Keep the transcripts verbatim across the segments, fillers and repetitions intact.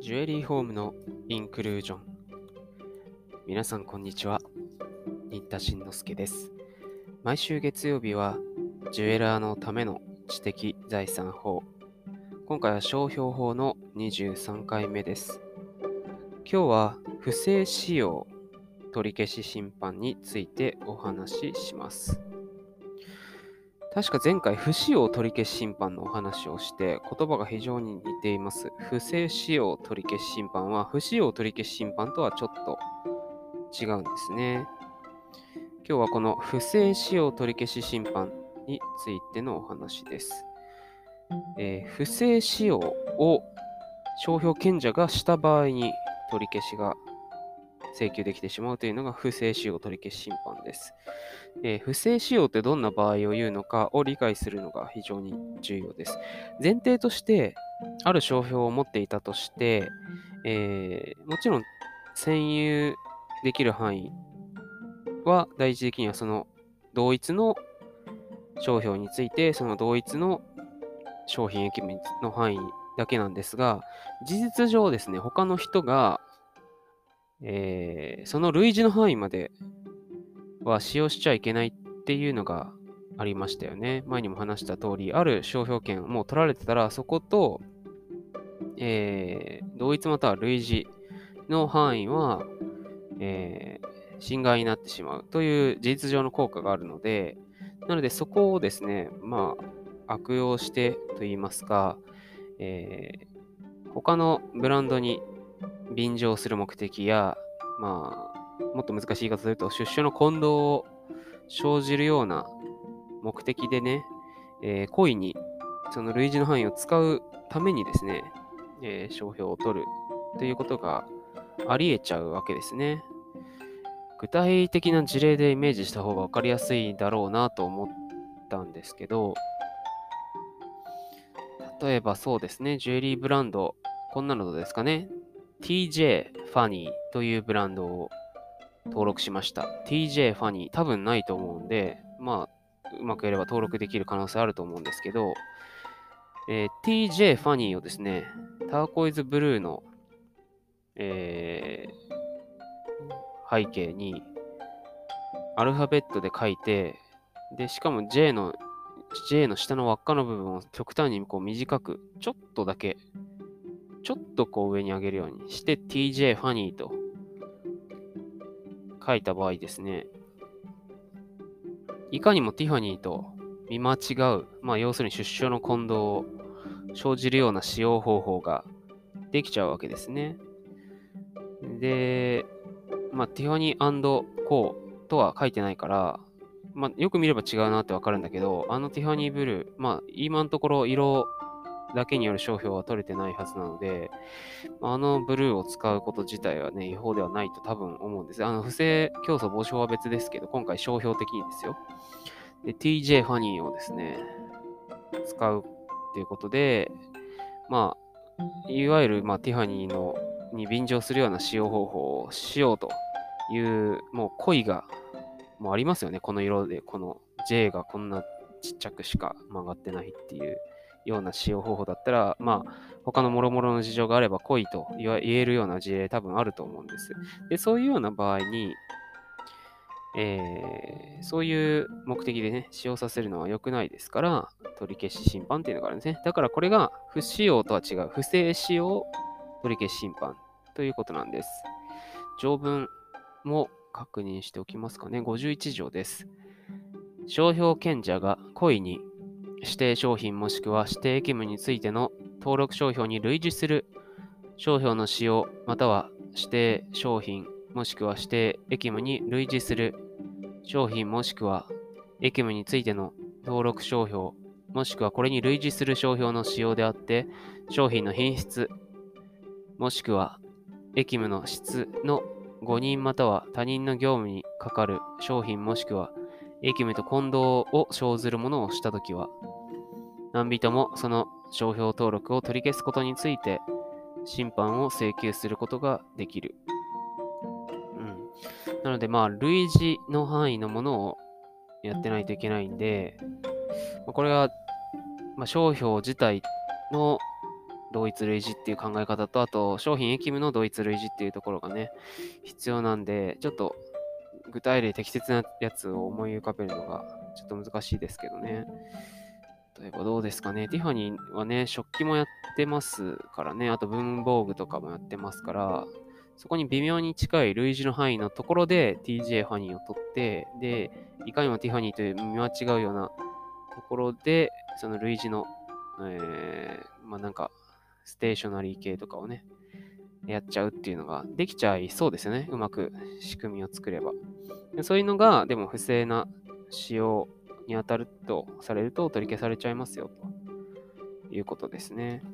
ジュエリーホームのインクルージョン。皆さんこんにちは。新田慎之介です。毎週月曜日はジュエラーのための知的財産法。今回は商標法のにじゅうさんかいめです。今日は不正使用取消審判についてお話しします。確か前回不使用取消審判のお話をして言葉が非常に似ています。不正使用取消審判は不使用取消審判とはちょっと違うんですね。今日はこの不正使用取消審判についてのお話です。えー、不正使用を商標権者がした場合に取り消しが請求できてしまうというのが不正使用取消審判です。えー、不正使用ってどんな場合を言うのかを理解するのが非常に重要です。前提として、ある商標を持っていたとして、えー、もちろん占有できる範囲は第一的にはその同一の商標について、その同一の商品駅名の範囲だけなんですが、事実上ですね、他の人が、えー、その類似の範囲までは使用しちゃいけないっていうのがありましたよね。前にも話した通り、ある商標権をもう取られてたら、そこと、えー、同一または類似の範囲は、えー、侵害になってしまうという事実上の効果があるので、なのでそこをですね、まあ、悪用してといいますか、えー、他のブランドに便乗する目的や、まあ、もっと難しい言い方すると、出所の混同を生じるような目的でね、えー、故意にその類似の範囲を使うためにですね、えー、商標を取るということがあり得ちゃうわけですね。具体的な事例でイメージした方が分かりやすいだろうなと思ったんですけど、例えばそうですね、ジュエリーブランド、こんなのどうですかね。ティージェー ファニーというブランドを登録しました。ティージェー ファニー、多分ないと思うんで、まあ、うまくやれば登録できる可能性あると思うんですけど、えー、ティージェー ファニーをですね、ターコイズブルーの、えー、背景にアルファベットで書いて、で、しかも J の、J の下の輪っかの部分を極端にこう短く、ちょっとだけ、ちょっとこう上に上げるようにして ティージェー ファニーと書いた場合ですね、いかにもティファニーと見間違う、まあ要するに出所の混同を生じるような使用方法ができちゃうわけですね。で、まあティファニー&コーとは書いてないから、まあよく見れば違うなってわかるんだけど、あのティファニーブルー、まあ今のところ色だけによる商標は取れてないはずなので、あのブルーを使うこと自体はね、違法ではないと多分思うんです。あの不正競争防止法は別ですけど、今回商標的にですよ。で、ティージェー ファニーをですね、使うっていうことで、まあ、いわゆる、まあ、ティファニーのに便乗するような使用方法をしようという、もう恋がもうありますよね。この色で、この J がこんなちっちゃくしか曲がってないっていうような使用方法だったら、まあ、他の諸々の事情があれば恋と言えるような事例多分あると思うんです。で、そういうような場合に、えー、そういう目的でね、使用させるのは良くないですから、取り消し審判っていうのがあるんですね。だからこれが不使用とは違う、不正使用取り消し審判ということなんです。条文も確認しておきますかね。ごじゅういち条です。商標権者が故意に指定商品もしくは指定役務についての登録商標に類似する商標の使用または指定商品もしくは指定役務に類似する商品もしくは役務についての登録商標もしくはこれに類似する商標の使用であって商品の品質もしくは役務の質の誤認または他人の業務にかかる商品もしくは役務と混同を生ずるものをしたときは何人もその商標登録を取り消すことについて審判を請求することができる。うん。なので、まあ、類似の範囲のものをやってないといけないんで、まあ、これは、まあ、商標自体の同一類似っていう考え方と、あと商品役務の同一類似っていうところがね、必要なんで、ちょっと具体例適切なやつを思い浮かべるのがちょっと難しいですけどね。例えばどうですかね。ティファニーはね、食器もやってますからね、あと文房具とかもやってますから、そこに微妙に近い類似の範囲のところで ティージェー ファニーを取って、で、いかにもティファニーという見間違うようなところで、その類似の、えー、まあなんか、ステーショナリー系とかをね、やっちゃうっていうのができちゃいそうですよね。うまく仕組みを作れば。そういうのが、でも不正な使用に当たるとされると取り消されちゃいますよということですね。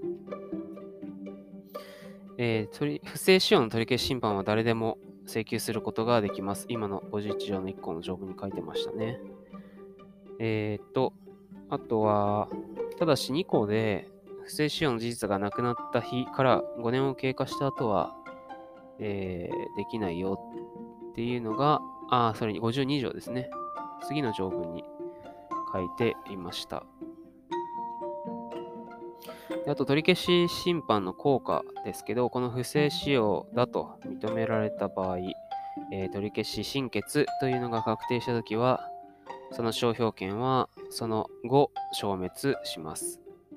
えー、取り不正使用の取り消し審判は誰でも請求することができます。今のごじゅういち条のいっ項の条文に書いてましたね。えー、っと、あとは、ただしに項で不正使用の事実がなくなった日からごねんを経過した後は、えー、できないよっていうのが、あ、それにごじゅうに条ですね。次の条文に書いていました。であと、取り消し審判の効果ですけど、この不正使用だと認められた場合、えー、取り消し審決というのが確定したときは、その商標権はその後消滅します。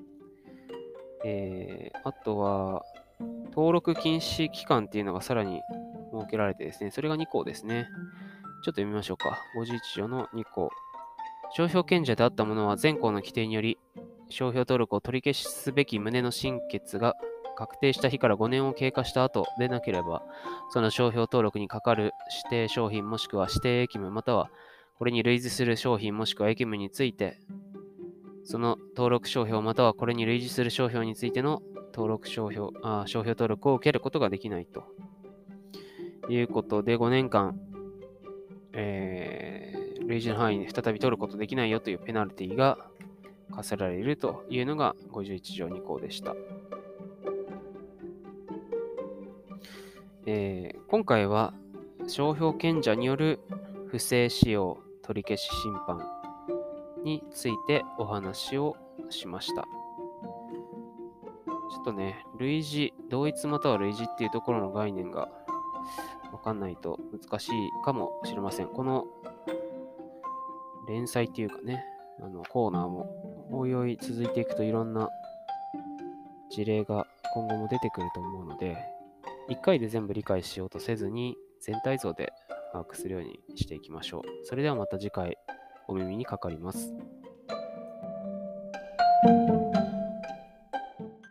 えー、あとは、登録禁止期間っていうのがさらに設けられてですね、それがに項ですね。ちょっと読みましょうか。ごじゅういち条のに項。商標権者であった者は前項の規定により、商標登録を取り消しすべき旨の審決が確定した日からごねんを経過した後でなければ、その商標登録にかかる指定商品もしくは指定役務またはこれに類似する商品もしくは役務について、その登録商標またはこれに類似する商標についての登録商標、あ商標登録を受けることができないということで、ごねんかん、えー、類似の範囲に再び取ることできないよというペナルティが課せられるというのがごじゅういち条に項でした。えー、今回は商標権者による不正使用取り消し審判についてお話をしました。ちょっとね、類似、同一または類似っていうところの概念がわかんないと難しいかもしれません。この連載っていうかね、あのコーナーもおいおい続いていくといろんな事例が今後も出てくると思うので、いっかいで全部理解しようとせずに全体像で把握するようにしていきましょう。それではまた次回お耳にかかります。